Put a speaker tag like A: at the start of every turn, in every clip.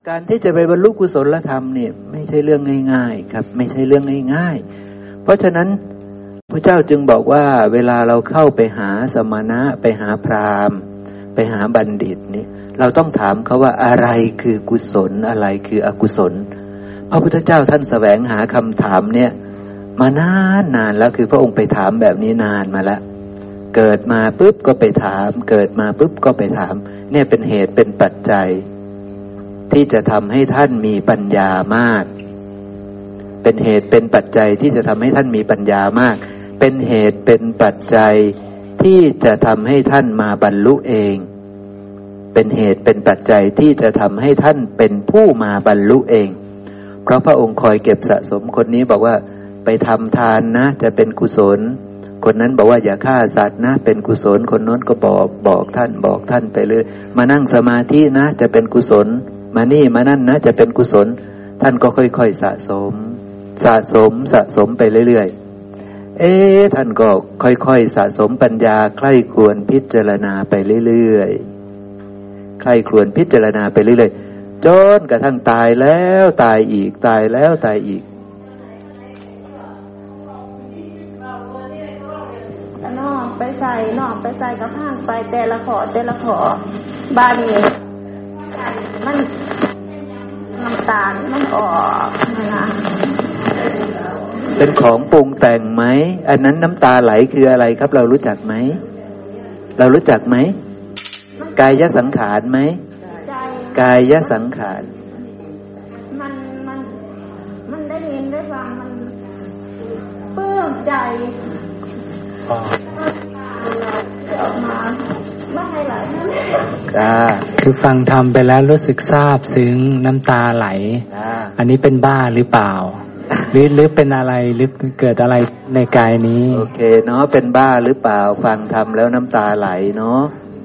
A: การที่จะไปบรรลุกุศลธรรมเนี่ยไม่ใช่เรื่องง่ายๆครับไม่ใช่เรื่องง่ายๆเพราะฉะนั้นพระเจ้าจึงบอกว่าเวลาเราเข้าไปหาสมณะไปหาพราหมณ์ไปหาบัณฑิตนี่เราต้องถามเขาว่าอะไรคือกุศลอะไรคืออกุศลพระพุทธเจ้าท่านแสวงหาคำถามเนี่ยมานานแล้วคือพระองค์ไปถามแบบนี้นานมาแล้วเกิดมาปุ๊บก็ไปถามเกิดมาปุ๊บก็ไปถามเนี่ยเป็นเหตุเป็นปัจจัยที่จะทำให้ท่านมีปัญญามากเป็นเหตุเป็นปัจจัยที่จะทำให้ท่านมีปัญญามากเป็นเหตุเป็นปัจจัยที่จะทำให้ท่านมาบรรลุเองเป็นเหตุเป็นปัจจัยที่จะทำให้ท่านเป็นผู้มาบรรลุเองเพราะพระองค์คอยเก็บสะสมคนนี้บอกว่าไปทำทานนะจะเป็นกุศลคนนั้นบอกว่าอย่าฆ่าสัตว์นะเป็นกุศลคนโน้นก็บอกท่านไปเลยมานั่งสมาธินะจะเป็นกุศลมานี่มานั่นนะจะเป็นกุศลท่านก็ค่อยๆสะสมไปเรื่อยๆท่านก็ค่อยๆสะสมปัญญาใคร่ครวญพิจารณาไปเรื่อยๆใคร่ครวญพิจารณาไปเรื่อยๆจนกระทั่งตายแล้วตายอีกตายแล้วตายอีก
B: นอกไปใส่กับห้างไปแต่ละขอบ้านนี้มันน้ำตาลมันออกนะ
A: เป็นของปรุงแต่งไหมอันนั้นน้ำตาไหลคืออะไรครับเรารู้จักไหมกายสังขารไหมกายสังขาร
B: มันได้ยินได้ฟังมันปลื้มใจออกมาไม่ให้ไหล
C: คือฟังธรรมไปแล้วรู้สึกซาบซึ้งน้ำตาไหลอันนี้เป็นบ้าหรือเปล่าหรือเป็นอะไรหรือเกิดอะไรในกายนี้
A: โอเคเนาะเป็นบ้าหรือเปล่าฟังธรรมแล้วน้ำตาไหลเนาะ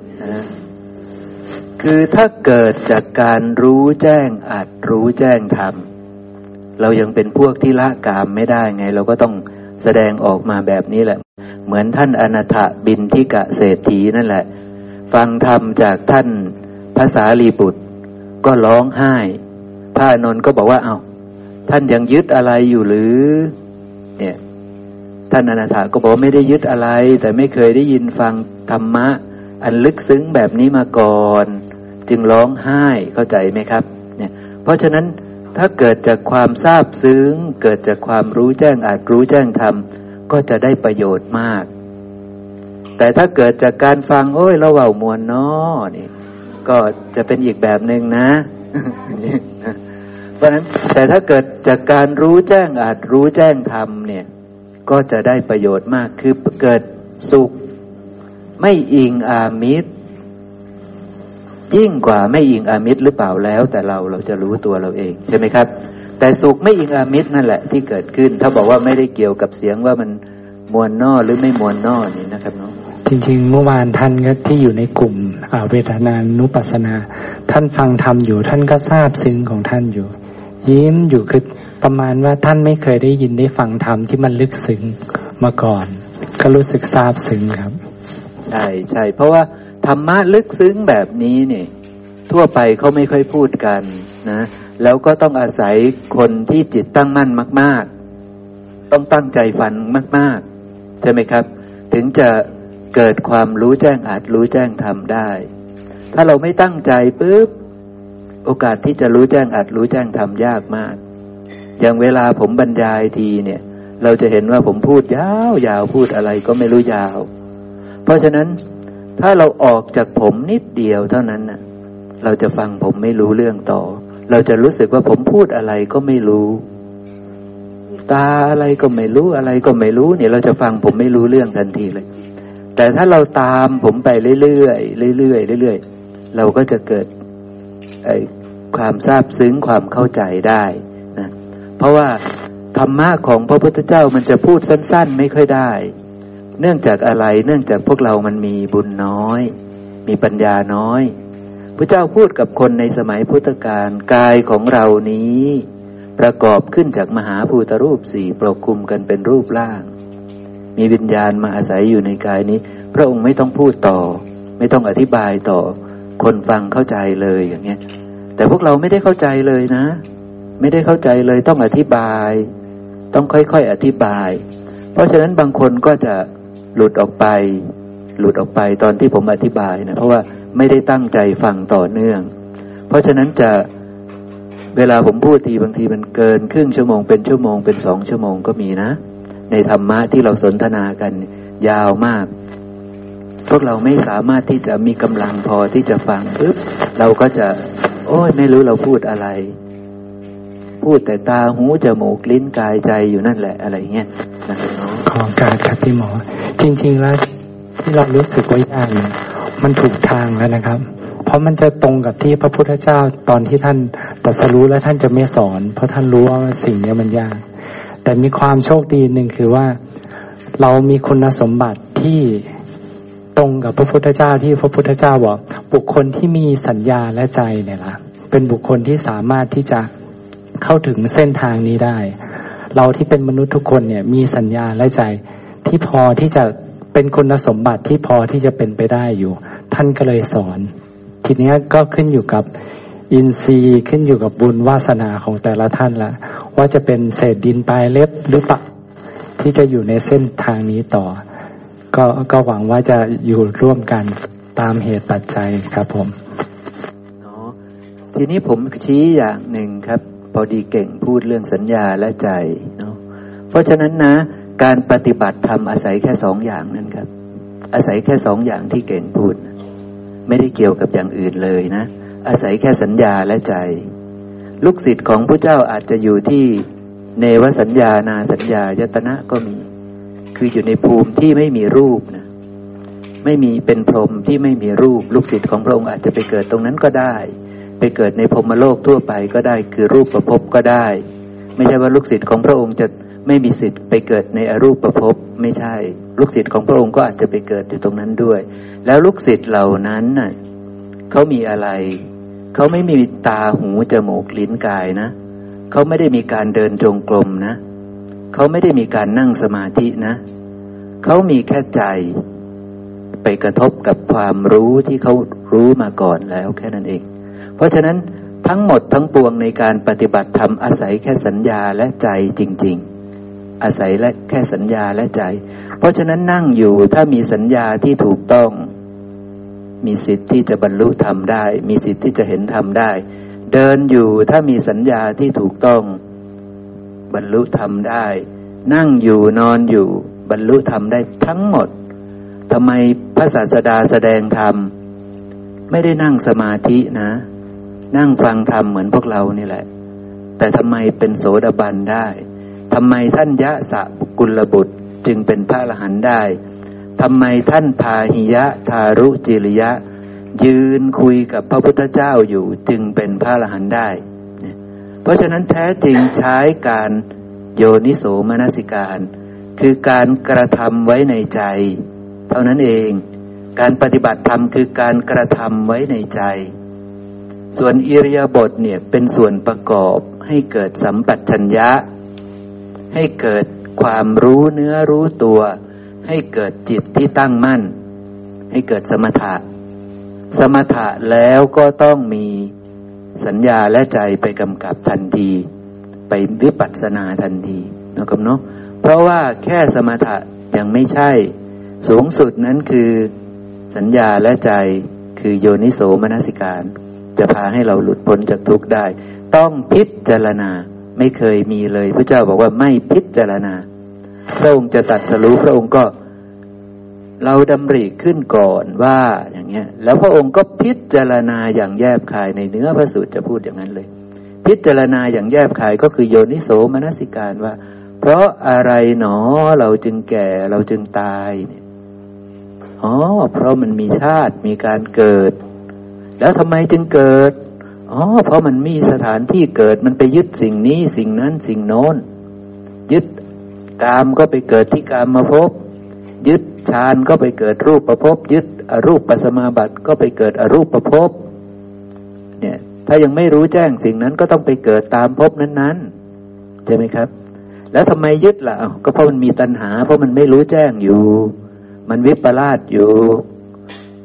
A: คือถ้าเกิดจากการรู้แจ้งอัตรู้แจ้งธรรมเรายังเป็นพวกที่ละกามไม่ได้ไงเราก็ต้องแสดงออกมาแบบนี้แหละเหมือนท่านอนาถบิณฑิกะเศรษฐีนั่นแหละฟังธรรมจากท่านพระสารีบุตรก็ร้องไห้พระอานนท์ก็บอกว่าเอ้าท่านยังยึดอะไรอยู่หรือเนี่ยท่านอนาถก็บอกไม่ได้ยึดอะไรแต่ไม่เคยได้ยินฟังธรรมะอันลึกซึ้งแบบนี้มาก่อนจึงร้องไห้เข้าใจไหมครับเนี่ยเพราะฉะนั้นถ้าเกิดจากความซาบซึ้งเกิดจากความรู้แจ้งอาจรู้แจ้งธรรมก็จะได้ประโยชน์มากแต่ถ้าเกิดจากการฟังโอ้ยเราเว้ามวนเนาะนี่ก็จะเป็นอีกแบบนึงนะเพราะฉะนั้นแต่ถ้าเกิดจากการรู้แจ้งอาจรู้แจ้งธรรมเนี่ยก็จะได้ประโยชน์มากคือเกิดสุขไม่อิงอามิตรยิ่งกว่าไม่อิงอามิตรหรือเปล่าแล้วแต่เราจะรู้ตัวเราเองใช่ไหมครับแต่สุขไม่อิงอามิตรนั่นแหละที่เกิดขึ้นถ้าบอกว่าไม่ได้เกี่ยวกับเสียงว่ามันมวลนอหรือไม่มวลนอนี่นะครับเนาะ
C: จริงๆเมื่อวานท่านก็ที่อยู่ในกลุ่มเวทนานุปัสสนาท่านฟังธรรมอยู่ท่านก็ซาบซึ้งของท่านอยู่ยิ้มอยู่คือประมาณว่าท่านไม่เคยได้ยินได้ฟังธรรมที่มันลึกซึ้งมาก่อนก็รู้สึกซาบซึ้งครับ
A: ใช่เพราะว่าธรรมะลึกซึ้งแบบนี้เนี่ยทั่วไปเขาไม่ค่อยพูดกันนะแล้วก็ต้องอาศัยคนที่จิตตั้งมั่นมากๆต้องตั้งใจฟังมากๆใช่ไหมครับถึงจะเกิดความรู้แจ้งอาจรู้แจ้งธรรมได้ถ้าเราไม่ตั้งใจปุ๊บโอกาสที่จะรู้แจ้งอาจรู้แจ้งธรรมยากมากอย่างเวลาผมบรรยายทีเนี่ยเราจะเห็นว่าผมพูดยาวพูดอะไรก็ไม่รู้ยาวเพราะฉะนั้นถ้าเราออกจากผมนิดเดียวเท่านั้นน่ะเราจะฟังผมไม่รู้เรื่องต่อเราจะรู้สึกว่าผมพูดอะไรก็ไม่รู้ตาอะไรก็ไม่รู้อะไรก็ไม่รู้เนี่ยเราจะฟังผมไม่รู้เรื่องทันทีเลยแต่ถ้าเราตามผมไปเรื่อยๆเราก็จะเกิดความซาบซึ้งความเข้าใจได้นะเพราะว่าธรรมะของพระพุทธเจ้ามันจะพูดสั้นๆไม่ค่อยได้เนื่องจากอะไรเนื่องจากพวกเรามันมีบุญน้อยมีปัญญาน้อยพระเจ้าพูดกับคนในสมัยพุทธกาลกายของเรานี้ประกอบขึ้นจากมหาภูตรูปสี่ปกคลุมกันเป็นรูปร่างมีวิญญาณมาอาศัยอยู่ในกายนี้พระองค์ไม่ต้องพูดต่อไม่ต้องอธิบายต่อคนฟังเข้าใจเลยอย่างเงี้ยแต่พวกเราไม่ได้เข้าใจเลยนะไม่ได้เข้าใจเลยต้องอธิบายต้องค่อยๆอธิบายเพราะฉะนั้นบางคนก็จะหลุดออกไปตอนที่ผมอธิบายนะเพราะว่าไม่ได้ตั้งใจฟังต่อเนื่องเพราะฉะนั้นจะเวลาผมพูดทีบางทีมันเกินครึ่งชั่วโมงเป็นชั่วโมงเป็น2 ชั่วโมงก็มีนะในธรรมะที่เราสนทนากันยาวมากพวกเราไม่สามารถที่จะมีกำลังพอที่จะฟังปึ๊บเราก็จะโอ้ยไม่รู้เราพูดอะไรพูดแต่ตาหูจมูกลิ้นกายใจอยู่นั่นแหละอะไรเงี้ยนะครับน้อง
C: ขอการครับพี่หมอจริงๆแล้วที่เรารู้สึกว่ายากเนี่ยมันถูกทางแล้วนะครับเพราะมันจะตรงกับที่พระพุทธเจ้าตอนที่ท่านตรัสรู้แล้วท่านจะไม่สอนเพราะท่านรู้ว่าสิ่งนี้มันยากแต่มีความโชคดีหนึ่งคือว่าเรามีคุณสมบัติที่ตรงกับพระพุทธเจ้าที่พระพุทธเจ้าบอกบุคคลที่มีสัญญาและใจเนี่ยล่ะเป็นบุคคลที่สามารถที่จะเข้าถึงเส้นทางนี้ได้เราที่เป็นมนุษย์ทุกคนเนี่ยมีสัญญาและใจที่พอที่จะเป็นคุณสมบัติที่พอที่จะเป็นไปได้อยู่ท่านก็เลยสอนทีนี้ก็ขึ้นอยู่กับอินทรีย์ขึ้นอยู่กับบุญวาสนาของแต่ละท่านละว่าจะเป็นเศษดินปลายเล็บหรือเปล่าที่จะอยู่ในเส้นทางนี้ต่อก็หวังว่าจะอยู่ร่วมกันตามเหตุปัจจัยครับผม
A: ทีนี้ผมชี้อย่างหนึ่งครับพอดีเก่งพูดเรื่องสัญญาและใจเนาะเพราะฉะนั้นนะการปฏิบัติธรรมอาศัยแค่2 อย่างนั่นครับอาศัยแค่2 อย่างที่เก่งพูดไม่ได้เกี่ยวกับอย่างอื่นเลยนะอาศัยแค่สัญญาและใจลูกศิษย์ของพระเจ้าอาจจะอยู่ที่เนวสัญญานาสัญญายตนะก็มีคืออยู่ในภูมิที่ไม่มีรูปนะไม่มีเป็นพรหมที่ไม่มีรูปลูกศิษย์ของพระองค์อาจจะไปเกิดตรงนั้นก็ได้ไปเกิดในพรหมโลกทั่วไปก็ได้คือรูปประพบก็ได้ไม่ใช่ว่าลูกศิษย์ของพระองค์จะไม่มีสิทธิ์ไปเกิดในอรูปประพบไม่ใช่ลูกศิษย์ของพระองค์ก็อาจจะไปเกิดอยู่ตรงนั้นด้วยแล้วลูกศิษย์เหล่านั้นน่ะเขามีอะไรเขาไม่มีตาหูจมูกลิ้นกายนะเขาไม่ได้มีการเดินจงกรมนะเขาไม่ได้มีการนั่งสมาธินะเขามีแค่ใจไปกระทบกับความรู้ที่เขารู้มาก่อนแล้วแค่นั้นเองเพราะฉะนั้นทั้งหมดทั้งปวงในการปฏิบัติธรรมอาศัยแค่สัญญาและใจจริงๆอาศัยและแค่สัญญาและใจเพราะฉะนั้นนั่งอยู่ถ้ามีสัญญาที่ถูกต้องมีสิทธิ์ที่จะบรรลุธรรมได้มีสิทธิ์ที่จะเห็นธรรมได้เดินอยู่ถ้ามีสัญญาที่ถูกต้องบรรลุธรรมได้นั่งอยู่นอนอยู่บรรลุธรรมได้ทั้งหมดทำไมพระศาสดาแสดงธรรมไม่ได้นั่งสมาธินะนั่งฟังธรรมเหมือนพวกเรานี่แหละแต่ทำไมเป็นโสดาบันได้ทำไมท่านยะสะกุลบุตรจึงเป็นพระอรหันต์ได้ทำไมท่านพาหิยะทารุจิริยะยืนคุยกับพระพุทธเจ้าอยู่จึงเป็นพระอรหันต์ได้เพราะฉะนั้นแท้จริงใช้การโยนิโสมนสิการคือการกระทำไว้ในใจเท่านั้นเองการปฏิบัติธรรมคือการกระทำไว้ในใจส่วนอิริยาบถเนี่ยเป็นส่วนประกอบให้เกิดสัมปชัญญะให้เกิดความรู้เนื้อรู้ตัวให้เกิดจิตที่ตั้งมั่นให้เกิดสมถะแล้วก็ต้องมีสัญญาและใจไปกำกับทันทีไปวิปัสสนาทันทีนะครับเนาะเพราะว่าแค่สมถะยังไม่ใช่สูงสุดนั้นคือสัญญาและใจคือโยนิโสมนสิการจะพาให้เราหลุดพ้นจากทุกข์ได้ต้องพิจารณาไม่เคยมีเลยพระเจ้าบอกว่าไม่พิจารณาพระองค์จะตรัสรู้พระองค์ก็เราดำริขึ้นก่อนว่าอย่างเงี้ยแล้วพระองค์ก็พิจารณาอย่างแยบคายในเนื้อพระสูตรจะพูดอย่างนั้นเลยพิจารณาอย่างแยบคายก็คือโยนิโสมนสิการว่าเพราะอะไรหนอเราจึงแก่เราจึงตายเนี่ยเพราะมันมีชาติมีการเกิดแล้วทำไมจึงเกิดเพราะมันมีสถานที่เกิดมันไปยึดสิ่งนี้สิ่งนั้นสิ่งโน้นยึดกามก็ไปเกิดที่กามภพยึดฌานก็ไปเกิดรูปภพยึดอรูปสมาบัติก็ไปเกิดอรูปภพเนี่ยถ้ายังไม่รู้แจ้งสิ่งนั้นก็ต้องไปเกิดตามภพนั้นๆใช่ไหมครับแล้วทำไมยึดล่ะก็เพราะมันมีตัณหาเพราะมันไม่รู้แจ้งอยู่มันวิปลาสอยู่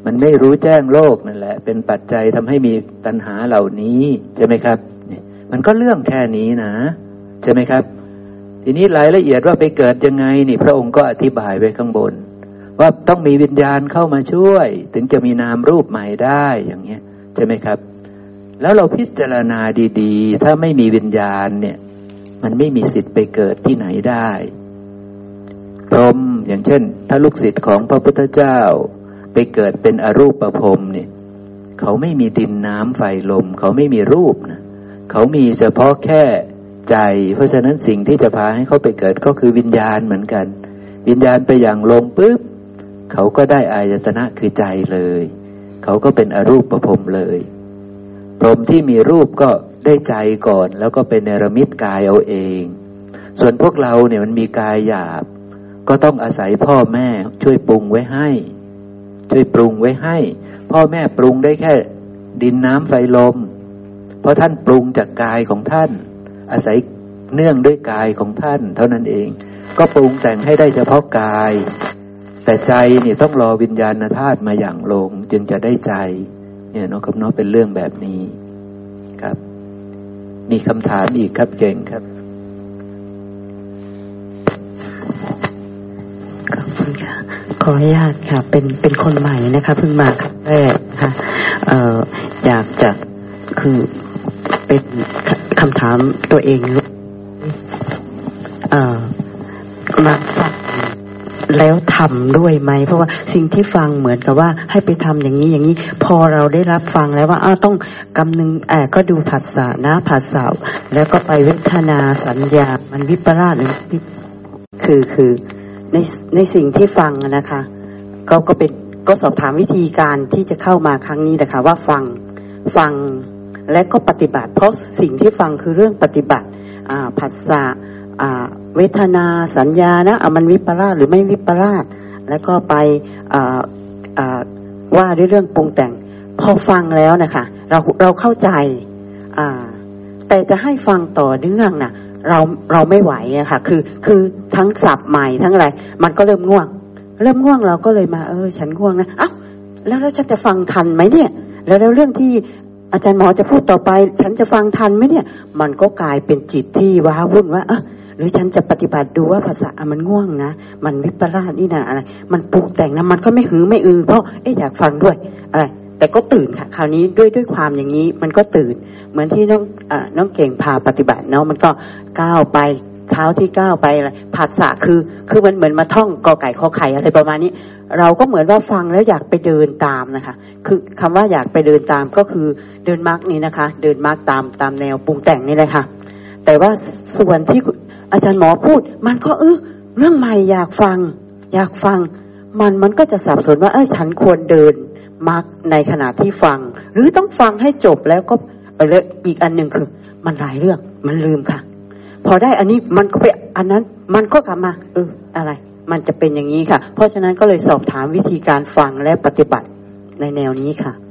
A: มันไม่รู้แจ้งโลกนั่นแหละเป็นปัจจัยทำให้มีตัณหาเหล่านี้ใช่ไหมครับมันก็เรื่องแค่นี้นะใช่ไหมครับทีนี้รายละเอียดว่าไปเกิดยังไงนี่พระองค์ก็อธิบายไว้ข้างบนว่าต้องมีวิญญาณเข้ามาช่วยถึงจะมีนามรูปใหม่ได้อย่างเงี้ยใช่ไหมครับแล้วเราพิจารณาดีๆถ้าไม่มีวิญญาณเนี่ยมันไม่มีสิทธิ์ไปเกิดที่ไหนได้พรหมอย่างเช่นถ้าลูกศิษย์ของพระพุทธเจ้าไปเกิดเป็นอรูปพรหมเนี่ยเขาไม่มีดินน้ำไฟลมเขาไม่มีรูปนะเขามีเฉพาะแค่ใจเพราะฉะนั้นสิ่งที่จะพาให้เขาไปเกิดก็คือวิญญาณเหมือนกันวิญญาณไปอย่างลมปุ๊บเขาก็ได้อายตนะคือใจเลยเขาก็เป็นอรูปพรหมเลยพรหมที่มีรูปก็ได้ใจก่อนแล้วก็เป็นเนรมิตกายเอาเองส่วนพวกเราเนี่ยมันมีกายหยาบก็ต้องอาศัยพ่อแม่ช่วยปรุงไว้ให้ช่วยปรุงไว้ให้พ่อแม่ปรุงได้แค่ดินน้ำไฟลมเพราะท่านปรุงจากกายของท่านอาศัยเนื่องด้วยกายของท่านเท่านั้นเองก็ปรุงแต่งให้ได้เฉพาะกายแต่ใจเนี่ยต้องรอวิญญาณธาตุมาอย่างลงจึงจะได้ใจเนี่ยเนาะครับเนาะเป็นเรื่องแบบนี้ครับมีคำถามอีกครับเก่งครับ
D: ขอบคุณค่ะขออนุญาตค่ะเป็นคนใหม่นะคะเพิ่งมาครั้งแรกค่ะอยากจะคือเป็นคำถามตัวเองมาฟังแล้วทำด้วยไหมเพราะว่าสิ่งที่ฟังเหมือนกับว่าให้ไปทำอย่างนี้อย่างนี้พอเราได้รับฟังแล้วว่าต้องกำนึงก็ดูผัสสะนะผัสสะแล้วก็ไปเวทนาสัญญามันวิปลาสหรือคือในสิ่งที่ฟังนะคะก็สอบถามวิธีการที่จะเข้ามาครั้งนี้นะคะว่าฟังและก็ปฏิบัติเพราะสิ่งที่ฟังคือเรื่องปฏิบัติผัสสะเวทนาสัญญานะมันวิปลาสหรือไม่วิปลาสแล้วก็ไปว่าด้วยเรื่องปรุงแต่งพอฟังแล้วนะคะเราเข้าใจแต่จะให้ฟังต่อเนื่องนะเราไม่ไหวนะคะคือทั้งศัพท์ใหม่ทั้งอะไรมันก็เริ่มง่วงเราก็เลยมาฉันง่วงนะแล้วฉันจะฟังทันไหมเนี่ยแล้วเรื่องที่อาจารย์หมอจะพูดต่อไปฉันจะฟังทันไหมเนี่ยมันก็กลายเป็นจิตที่ว้าวุ่นว่าหรือฉันจะปฏิบัติดูว่าภาษามันง่วงนะมันวิปลาสนี่นะอะไรมันปรุงแต่งนะมันก็ไม่หือไม่อือเพราะอยากฟังด้วยอะไรแต่ก็ตื่นค่ะคราวนี้ด้วยความอย่างนี้มันก็ตื่นเหมือนที่น้องเก่งพาปฏิบัติเนาะมันก็ก้าวไปเท้าที่ก้าวไปอะไรผัสสะคือมันเหมือนมาท่องกอไก่ขอไข่อะไรประมาณนี้เราก็เหมือนว่าฟังแล้วอยากไปเดินตามนะคะคือคำว่าอยากไปเดินตามก็คือเดินมรรคนี้นะคะเดินมรรคตามแนวปรุงแต่งนี่เลยค่ะแต่ว่าส่วนที่อาจารย์หมอพูดมันก็เรื่องใหม่อยากฟังมันก็จะสับสนว่าฉันควรเดินมรรคในขณะที่ฟังหรือต้องฟังให้จบแล้วก็แล้วอีกอันหนึ่งคือมันหลายเรื่องมันลืมค่ะพอได้อันนี้มันก็ไปอันนั้นมันก็กลับมาอะไรมันจะเป็นอย่างนี้ค่ะเพราะฉะนั้นก็เลยสอบถามวิธีการฟังและปฏิบัติในแนวนี้ค่ะ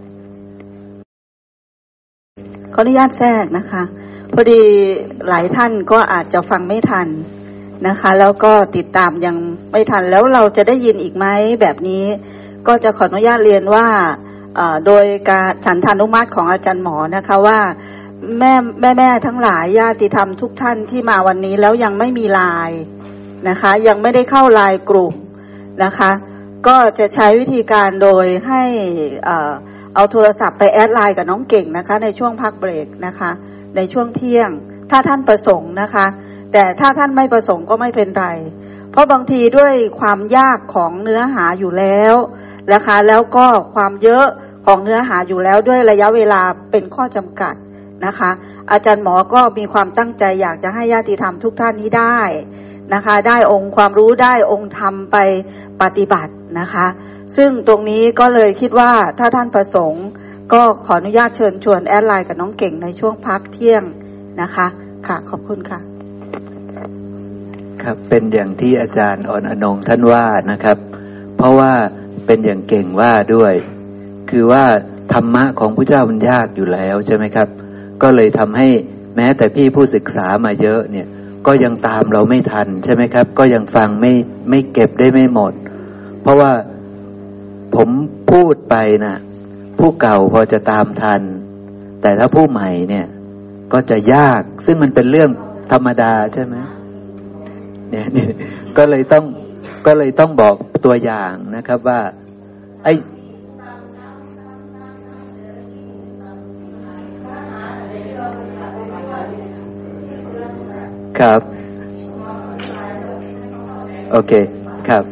B: ขออนุญาตแทรกนะคะพอดีหลายท่านก็อาจจะฟังไม่ทันนะคะแล้วก็ติดตามยังไม่ทันแล้วเราจะได้ยินอีกไหมแบบนี้ก็จะขออนุญาตเรียนว่าโดยการฉันทานุมัติของอาจารย์หมอนะคะว่าแม่ทั้งหลายญาติธรรมทุกท่านที่มาวันนี้แล้วยังไม่มีไลน์นะคะยังไม่ได้เข้าไลน์กลุ่มนะคะก็จะใช้วิธีการโดยให้เอาโทรศัพท์ไปแอดไลน์กับน้องเก่งนะคะในช่วงพักเบรกนะคะในช่วงเที่ยงถ้าท่านประสงค์นะคะแต่ถ้าท่านไม่ประสงค์ก็ไม่เป็นไรเพราะบางทีด้วยความยากของเนื้อหาอยู่แล้วนะคะแล้วก็ความเยอะของเนื้อหาอยู่แล้วด้วยระยะเวลาเป็นข้อจำกัดนะคะอาจารย์หมอก็มีความตั้งใจอยากจะให้ญาติธรรมทุกท่านนี้ได้นะคะได้องค์ความรู้ได้องค์ธรรมไปปฏิบัตินะคะซึ่งตรงนี้ก็เลยคิดว่าถ้าท่านประสงค์ก็ขออนุญาตเชิญชวนแอดไลน์กับน้องเก่งในช่วงพักเที่ยงนะคะค่ะขอบคุณค่ะ
A: ครับเป็นอย่างที่อาจารย์อนงค์ท่านว่านะครับเพราะว่าเป็นอย่างเก่งว่าด้วยคือว่าธรรมะของพระเจ้ามันยากอยู่แล้วใช่ไหมครับก็เลยทำให้แม้แต่พี่ผู้ศึกษามาเยอะเนี่ยก็ยังตามเราไม่ทันใช่ไหมครับก็ยังฟังไม่เก็บได้ไม่หมดเพราะว่าผมพูดไปนะผู้เก่าพอจะตามทันแต่ถ้าผู้ใหม่เนี่ยก็จะยากซึ่งมันเป็นเรื่องธรรมดาใช่ไหมเนี่ยก็เลยต้องบอกตัวอย่างนะครับว่าไอ้ครับโอเคครับ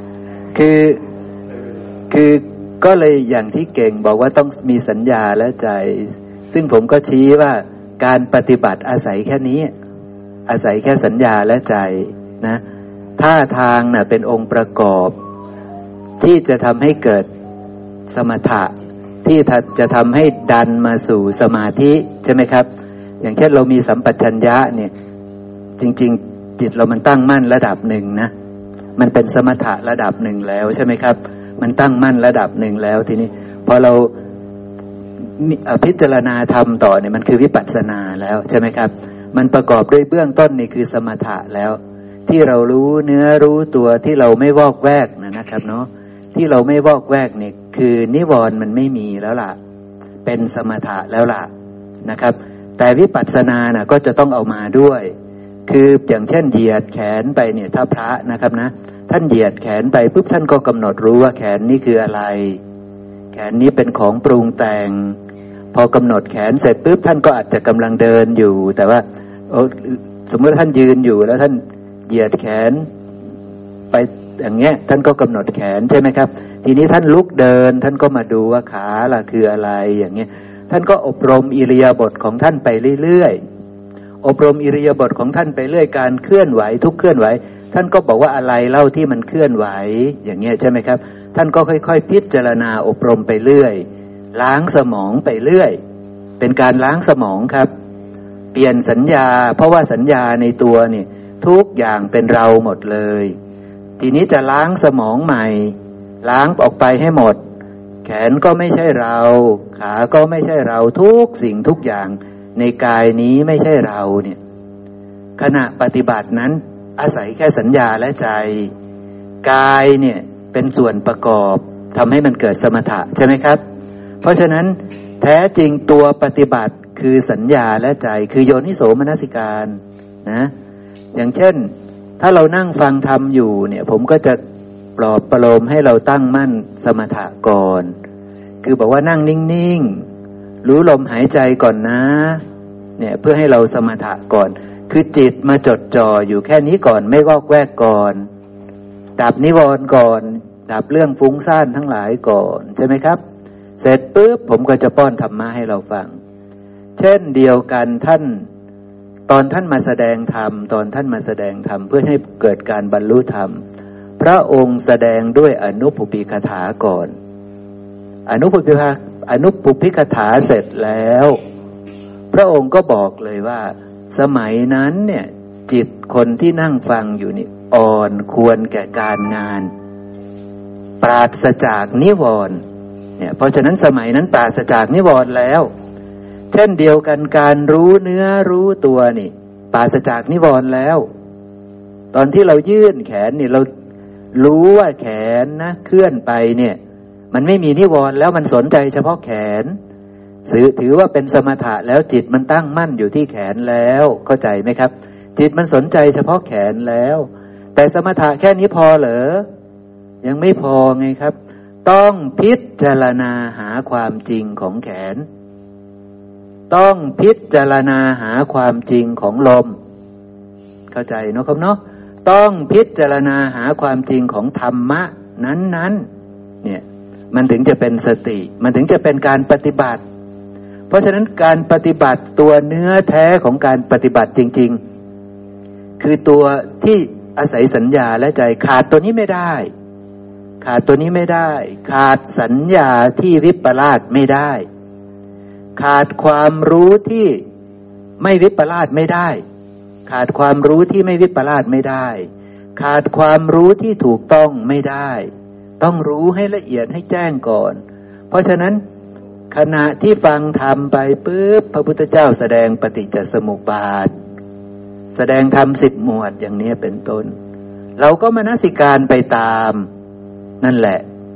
A: คือก็เลยอย่างที่เก่งบอกว่าต้องมีสัญญาและใจซึ่งผมก็ชี้ว่าการปฏิบัติอาศัยแค่นี้อาศัยแค่สัญญาและใจนะท่าทางน่ะเป็นองค์ประกอบที่จะทำให้เกิดสมถะที่จะทำให้ดันมาสู่สมาธิใช่ไหมครับอย่างเช่นเรามีสัมปชัญญะเนี่ยจริงๆจิตเรามันตั้งมั่นระดับหนึ่งนะมันเป็นสมถะระดับหนึ่งแล้วใช่ไหมครับมันตั้งมั่นระดับหนึ่งแล้วทีนี้พอเราพิจารณาธรรมต่อเนี่ยมันคือวิปัสสนาแล้วใช่ไหมครับมันประกอบด้วยเบื้องต้นนี่คือสมถะแล้วที่เรารู้เนื้อรู้ตัวที่เราไม่วอกแวกนะครับเนาะที่เราไม่วอกแวกเนี่ยคือนิวรณ์มันไม่มีแล้วล่ะเป็นสมถะแล้วล่ะนะครับแต่วิปัสสนาน่ะก็จะต้องเอามาด้วยคืออย่างเช่นเหยียดแขนไปเนี่ยถ้าพระนะครับนะท่านเหยียดแขนไปปุ๊บท่านก็กำหนดรู้ว่าแขนนี้คืออะไรแขนนี้เป็นของปรุงแต่งพอกำหนดแขนเสร็จปุ๊บท่านก็อาจจะกำลังเดินอยู่แต่ว่าสมมติท่านยืนอยู่แล้วท่านเหยียดแขนไปอย่างเงี้ยท่านก็กำหนดแขนใช่ไหมครับทีนี้ท่านลุกเดินท่านก็มาดูว่าขาล่ะคืออะไรอย่างเงี้ยท่านก็อบรมอิริยาบถของท่านไปเรื่อยๆอบรมอิริยาบถของท่านไปเรื่อยการเคลื่อนไหวทุกเคลื่อนไหวท่านก็บอกว่าอะไรเล่าที่มันเคลื่อนไหวอย่างเงี้ยใช่ไหมครับท่านก็ค่อยๆพิจารณาอบรมไปเรื่อยล้างสมองไปเรื่อยเป็นการล้างสมองครับเปลี่ยนสัญญาเพราะว่าสัญญาในตัวนี่ทุกอย่างเป็นเราหมดเลยทีนี้จะล้างสมองใหม่ล้างออกไปให้หมดแขนก็ไม่ใช่เราขาก็ไม่ใช่เราทุกสิ่งทุกอย่างในกายนี้ไม่ใช่เราเนี่ยขณะปฏิบัตินั้นอาศัยแค่สัญญาและใจกายเนี่ยเป็นส่วนประกอบทำให้มันเกิดสมถะใช่ไหมครับเพราะฉะนั้นแท้จริงตัวปฏิบัติคือสัญญาและใจคือโยนิโสมนสิการนะอย่างเช่นถ้าเรานั่งฟังธรรมอยู่เนี่ยผมก็จะปลอบประโลมให้เราตั้งมั่นสมถะก่อนคือบอกว่านั่งนิ่งๆรู้ลมหายใจก่อนนะเนี่ยเพื่อให้เราสมถะก่อนคือจิตมาจดจ่ออยู่แค่นี้ก่อนไม่วอกแวกก่อนดับนิวรณ์ก่อนดับเรื่องฟุ้งซ่านทั้งหลายก่อนใช่ไหมครับเสร็จปุ๊บผมก็จะป้อนธรรมะให้เราฟังเช่นเดียวกันตอนท่านมาแสดงธรรมเพื่อให้เกิดการบรรลุธรรมพระองค์แสดงด้วยอนุปุพิกถาก่อนอนุปุพิกถาเสร็จแล้วพระองค์ก็บอกเลยว่าสมัยนั้นเนี่ยจิตคนที่นั่งฟังอยู่นี่อ่อนควรแก่การงานปราศจากนิวรณ์เนี่ยเพราะฉะนั้นสมัยนั้นปราศจากนิวรณ์แล้วเช่นเดียวกันการรู้เนื้อรู้ตัวนี่ปราศจากนิวรณ์แล้วตอนที่เรายื่นแขนนี่เรารู้ว่าแขนนะเคลื่อนไปเนี่ยมันไม่มีนิวรณ์แล้วมันสนใจเฉพาะแขนถือว่าเป็นสมถะแล้วจิตมันตั้งมั่นอยู่ที่แขนแล้วเข้าใจไหมครับจิตมันสนใจเฉพาะแขนแล้วแต่สมถะแค่นี้พอเหรอยังไม่พอไงครับต้องพิจารณาหาความจริงของแขนต้องพิจารณาหาความจริงของลมเข้าใจเนาะครับเนาะต้องพิจารณาหาความจริงของธรรมะนั้นๆเนี่ยมันถึงจะเป็นสติมันถึงจะเป็นการปฏิบัติเพราะฉะนั้นการปฏิบัติตัวเนื้อแท้ของการปฏิบัติจริงๆคือตัวที่อาศัยสัญญาและใจขาดตัวนี้ไม่ได้ขาดสัญญาที่วิปลาสไม่ได้ขาดความรู้ที่ไม่วิปลาสไม่ได้ขาดความรู้ที่ไม่วิปลาสไม่ได้ขาดความรู้ที่ถูกต้องไม่ได้ต้องรู้ให้ละเอียดให้แจ้งก่อนเพราะฉะนั้นขณะที่ฟังธรรมไปปุ๊บพระพุทธเจ้าแสดงปฏิจจสมุปบาทแสดงธรรม10 หมวดอย่างนี้เป็นต้นเราก็มนสิการไปตามนั่นแหละ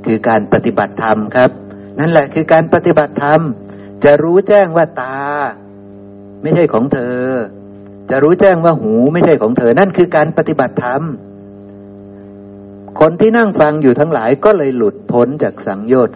A: คือการปฏิบัติธรรมครับนั่นแหละคือการปฏิบัติธรรมจะรู้แจ้งว่าตาไม่ใช่ของเธอจะรู้แจ้งว่าหูไม่ใช่ของเธอนั่นคือการปฏิบัติธรรมคนที่นั่งฟังอยู่ทั้งหลายก็เลยหลุดพ้นจากสังโยชน์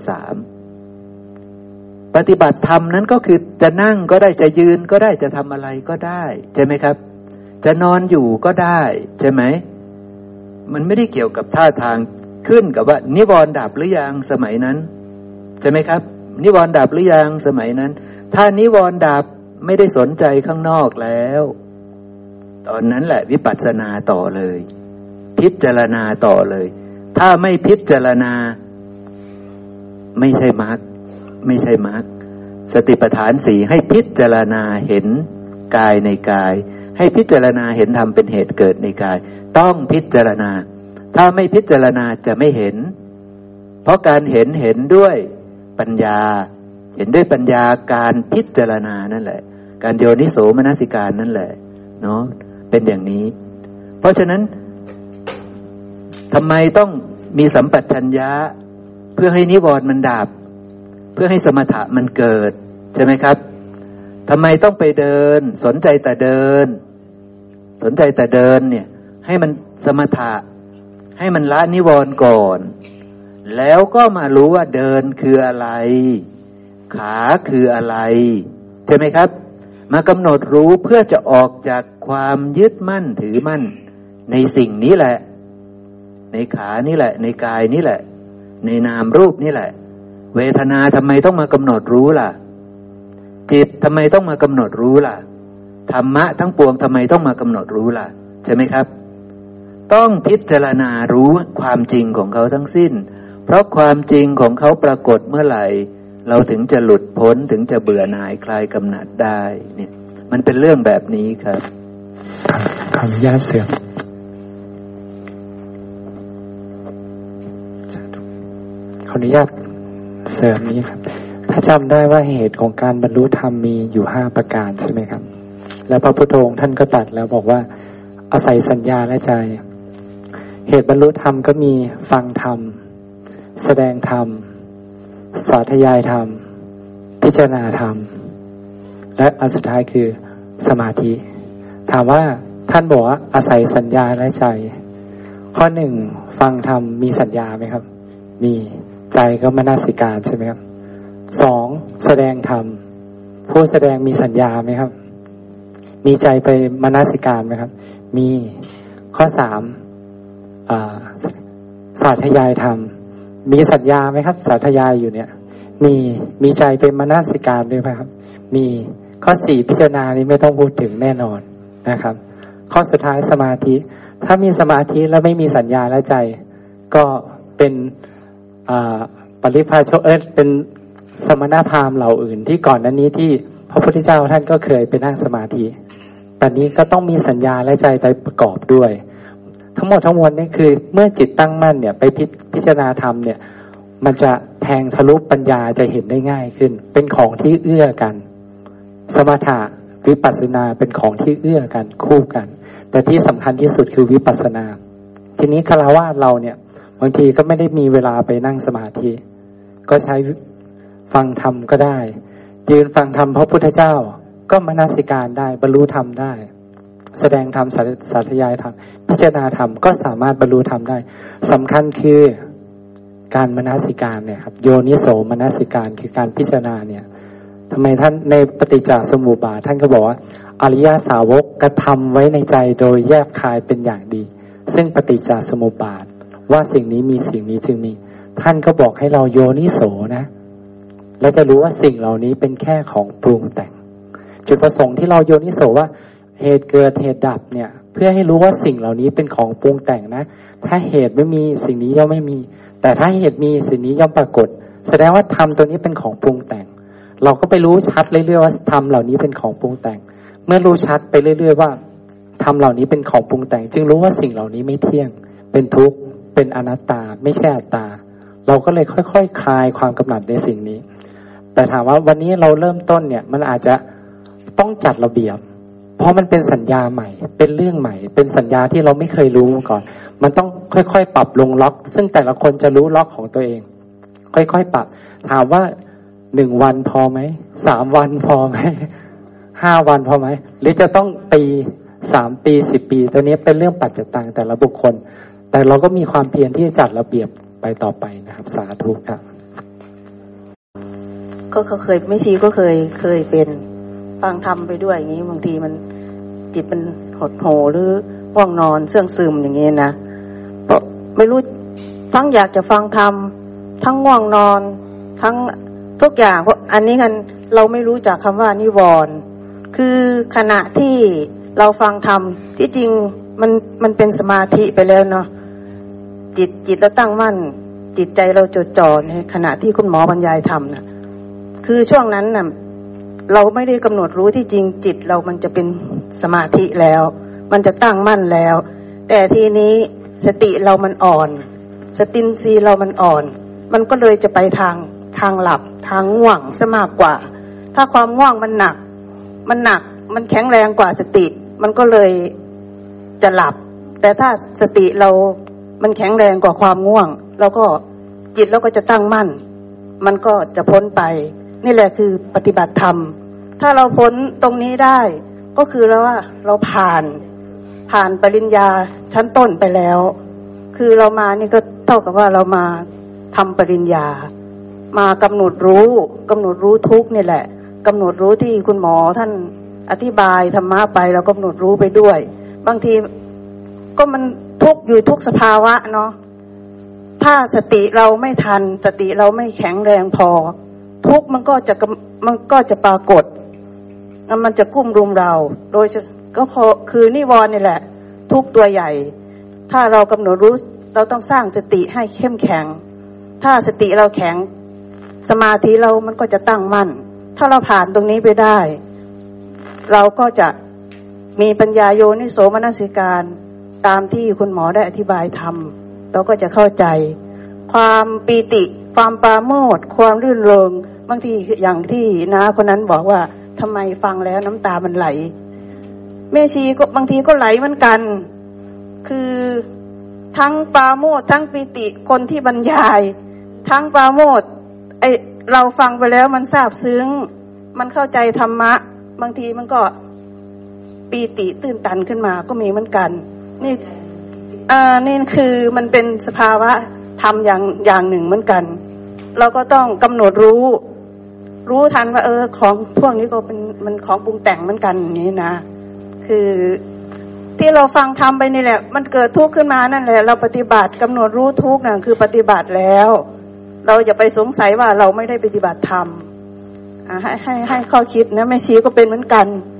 A: 3ปฏิบัติธรรมนั้นก็คือจะนั่งก็ได้จะยืนก็ได้จะทำอะไรก็ได้ใช่ไหมครับจะนอนอยู่ก็ได้ใช่ไหมมันไม่ได้เกี่ยวกับท่าทางขึ้นกับว่านิวรณ์ดับหรือยังสมัยนั้นใช่ไหมครับนิวรณ์ดับหรือยังสมัยนั้นถ้านิวรณ์ดับไม่ได้สนใจข้างนอกแล้วตอนนั้นแหละวิปัสสนาต่อเลยพิจารณาต่อเลยถ้าไม่พิจารณาไม่ใช่มรรคไม่ใช่มรรคสติปัฏฐาน4ให้พิจารณาเห็นกายในกายให้พิจารณาเห็นธรรมเป็นเหตุเกิดในกายต้องพิจารณาถ้าไม่พิจารณาจะไม่เห็นเพราะการเห็นด้วยปัญญาเห็นด้วยปัญญาการพิจารณานั่นแหละการโยนิโสมนสิการนั่นแหละเนาะเป็นอย่างนี้เพราะฉะนั้นทำไมต้องมีสัมปชัญญะเพื่อให้นิวรณ์มันดับเพื่อให้สมถะมันเกิดใช่ไหมครับทำไมต้องไปเดินสนใจแต่เดินสนใจแต่เดินเนี่ยให้มันสมถะให้มันละนิวรณ์ก่อนแล้วก็มารู้ว่าเดินคืออะไรขาคืออะไรใช่ไหมครับมากำหนดรู้เพื่อจะออกจากความยึดมั่นถือมั่นในสิ่งนี้แหละในขานี่แหละในกายนี่แหละในนามรูปนี่แหละเวทนาทำไมต้องมากำหนดรู้ล่ะจิตทำไมต้องมากำหนดรู้ล่ะธรรมะทั้งปวงทำไมต้องมากำหนดรู้ล่ะใช่ไหมครับต้องพิจารณารู้ความจริงของเขาทั้งสิ้นเพราะความจริงของเขาปรากฏเมื่อไหร่เราถึงจะหลุดพ้นถึงจะเบื่อหน่ายคลายกำหนัดได้เนี่ยมันเป็นเรื่องแบบนี้ครับ
C: ขออนุญาตเสริมขออนุญาตเสริมนี้ครับถ้าจำได้ว่าเหตุของการบรรลุธรรมมีอยู่5ประการใช่ไหมครับแล้วพระพุทธองค์ท่านก็ตรัสแล้วบอกว่าอาศัยสัญญาและใจเหตุบรรลุธรรมก็มีฟังธรรมแสดงธรรมสาธยายธรรมพิจารณาธรรมและอันสุดท้ายคือสมาธิถามว่าท่านบอกว่าอาศัยสัญญาและใจข้อ1ฟังธรรมมีสัญญาไหมครับมีใจก็มนสิการใช่ไหมครับ2แสดงธรรมผู้แสดงมีสัญญาไหมครับมีใจไปมนสิการไหมครับมีข้อ3สาธยายธรรมมีสัญญาไหมครับสาธยายอยู่เนี่ยมีใจเป็นมนสิการด้วยไหมครับมีข้อ4พิจารณานี้ไม่ต้องพูดถึงแน่นอนนะครับข้อสุดท้ายสมาธิถ้ามีสมาธิแล้วไม่มีสัญญาและใจก็เป็นปริพาชกเป็นสมณพราหมณ์เหล่าอื่นที่ก่อนนั้นนี้ที่พระพุทธเจ้าท่านก็เคยไปนั่งสมาธิตอนนี้ก็ต้องมีสัญญาและใจไปประกอบด้วยทั้งหมดทั้งมวลนี่คือเมื่อจิตตั้งมั่นเนี่ยไปพิจารณาธรรมเนี่ยมันจะแทงทะลุปัญญาจะเห็นได้ง่ายขึ้นเป็นของที่เอื้อกันสมถะวิปัสสนาเป็นของที่เอื้อกันคู่กันแต่ที่สำคัญที่สุดคือวิปัสสนาทีนี้ฆราวาสเราเนี่ยบางทีก็ไม่ได้มีเวลาไปนั่งสมาธิก็ใช้ฟังธรรมก็ได้ยืนฟังธรรมพระพุทธเจ้าก็มนสิการได้บรรลุธรรมได้แสดงธรรมสาธยายธรรมพิจารณาธรรมก็สามารถบรรลุธรรมได้สำคัญคือการมนสิการเนี่ยครับโยนิโสมนสิการคือการพิจารณาเนี่ยทำไมท่านในปฏิจจสมุปบาทท่านก็บอกว่าอริยสาวกกระทำไว้ในใจโดยแยบคายเป็นอย่างดีซึ่งปฏิจจสมุปบาทว่าสิ่งนี้มีสิ่งนี้จึงมีท่านก็บอกให้เราโยนิโสนะแล้วจะรู้ว่าสิ่งเหล่านี้เป็นแค่ของปรุงแต่งจุดประสงค์ที่เราโยนิโสว่าเหตุเกิดเหตุดับเนี่ยเพื่อให้รู้ว่าสิ่งเหล่านี้เป็นของปรุงแต่งนะถ้าเหตุไม่มีสิ่งนี้ย่อมไม่มีแต่ถ้าเหตุมีสิ่งนี้ย่อมปรากฏแสดงว่าธรรมตัวนี้เป็นของปรุงแต่งเราก็ไปรู้ชัดเรื่อยๆว่าธรรมเหล่านี้เป็นของปรุงแต่งเมื่อรู้ชัดไปเรื่อยๆว่าธรรมเหล่านี้เป็นของปรุงแต่งจึงรู้ว่าสิ่งเหล่านี้ไม่เที่ยงเป็นทุกข์เป็นอนัตตาไม่ใช่อัตตาเราก็เลยค่อยๆ คลายความกำหนัดในสิ่งนี้แต่ถามว่าวันนี้เราเริ่มต้นเนี่ยมันอาจจะต้องจัดระเบียบเพราะมันเป็นสัญญาใหม่เป็นเรื่องใหม่เป็นสัญญาที่เราไม่เคยรู้มาก่อนมันต้องค่อยๆปรับลงล็อกซึ่งแต่ละคนจะรู้ล็อกของตัวเองค่อยๆปรับถามว่า1 วันพอไหม3 วันพอไหม5 วันพอไหมหรือจะต้องปี3 ปี10 ปีตัวนี้เป็นเรื่องปัจจตังแต่ละบุคคลแต่เราก็มีความเพียรที่จะจัดระเบียบไปต่อไปนะครับสาธุครับ
B: ก็เคยไม่ชีก็เคยเป็นฟังธรรมไปด้วยอย่างนี้บางทีมันจิตมันหดหู่หรือง่วงนอนเสื่องซึมอย่างนี้นะเพราะไม่รู้ทั้งอยากจะฟังธรรมทั้งง่วงนอนทั้งทุกอย่างเพราะอันนี้กันเราไม่รู้จักคำว่านิวรณ์คือขณะที่เราฟังธรรมที่จริงมันเป็นสมาธิไปแล้วเนาะจิตเราตั้งมั่นจิตใจเราจดจ่อในขณะที่คุณหมอบรรยายธรรมน่ะคือช่วงนั้นน่ะเราไม่ได้กำหนดรู้ที่จริงจิตเรามันจะเป็นสมาธิแล้วมันจะตั้งมั่นแล้วแต่ทีนี้สติเรามันอ่อนสตินทรีย์เรามันอ่อนมันก็เลยจะไปทางหลับทางง่วงซะมากกว่าถ้าความง่วงมันหนักมันแข็งแรงกว่าสติมันก็เลยจะหลับแต่ถ้าสติเรามันแข็งแรงกว่าความง่วงแล้วก็จิตเราก็จะตั้งมั่นมันก็จะพ้นไปนี่แหละคือปฏิบัติธรรมถ้าเราพ้นตรงนี้ได้ก็คือเราผ่านปริญญาชั้นต้นไปแล้วคือเรามานี่ก็เท่ากับว่าเรามาทำปริญญามากำหนดรู้ทุกข์นี่แหละกำหนดรู้ที่คุณหมอท่านอธิบายธรรมะไปเรากำหนดรู้ไปด้วยบางทีก็มันทุกข์อยู่ทุกสภาวะเนาะถ้าสติเราไม่ทันสติเราไม่แข็งแรงพอทุกข์มันก็จะปรากฏมันจะกุ้มรุมเราโดยก็พอคือนิวรณ์นี่แหละทุกตัวใหญ่ถ้าเรากำหนดรู้เราต้องสร้างสติให้เข้มแข็งถ้าสติเราแข็งสมาธิเรามันก็จะตั้งมั่นถ้าเราผ่านตรงนี้ไปได้เราก็จะมีปัญญาโยนิโสมนสิการตามที่คุณหมอได้อธิบายทำเราก็จะเข้าใจความปีติความปราโมทย์ความรื่นเริงบางทีอย่างที่น้าคนนั้นบอกว่าทำไมฟังแล้วน้ำตามันไหลแม่ชีก็บางทีก็ไหลเหมือนกันคือทั้งปราโมทย์ทั้งปีติคนที่บรรยายทั้งปราโมทย์เราฟังไปแล้วมันซาบซึ้งมันเข้าใจธรรมะบางทีมันก็ปีติตื่นตันขึ้นมาก็มีเหมือนกันนี่คือมันเป็นสภาวะธรรมอย่างหนึ่งเหมือนกันเราก็ต้องกำหนดรู้ทันว่าของพวกนี้ก็เป็นมันของปรุงแต่งเหมือนกันอย่างนี้นะคือที่เราฟังทำไปนี่แหละมันเกิดทุกข์ขึ้นมานั่นแหละเราปฏิบัติกำหนดรู้ทุกข์นั่นคือปฏิบัติแล้วเราอย่าไปสงสัยว่าเราไม่ได้ปฏิบัติธรรมให้ข้อคิดนะแม่ชีก็เป็นเหมือนกัน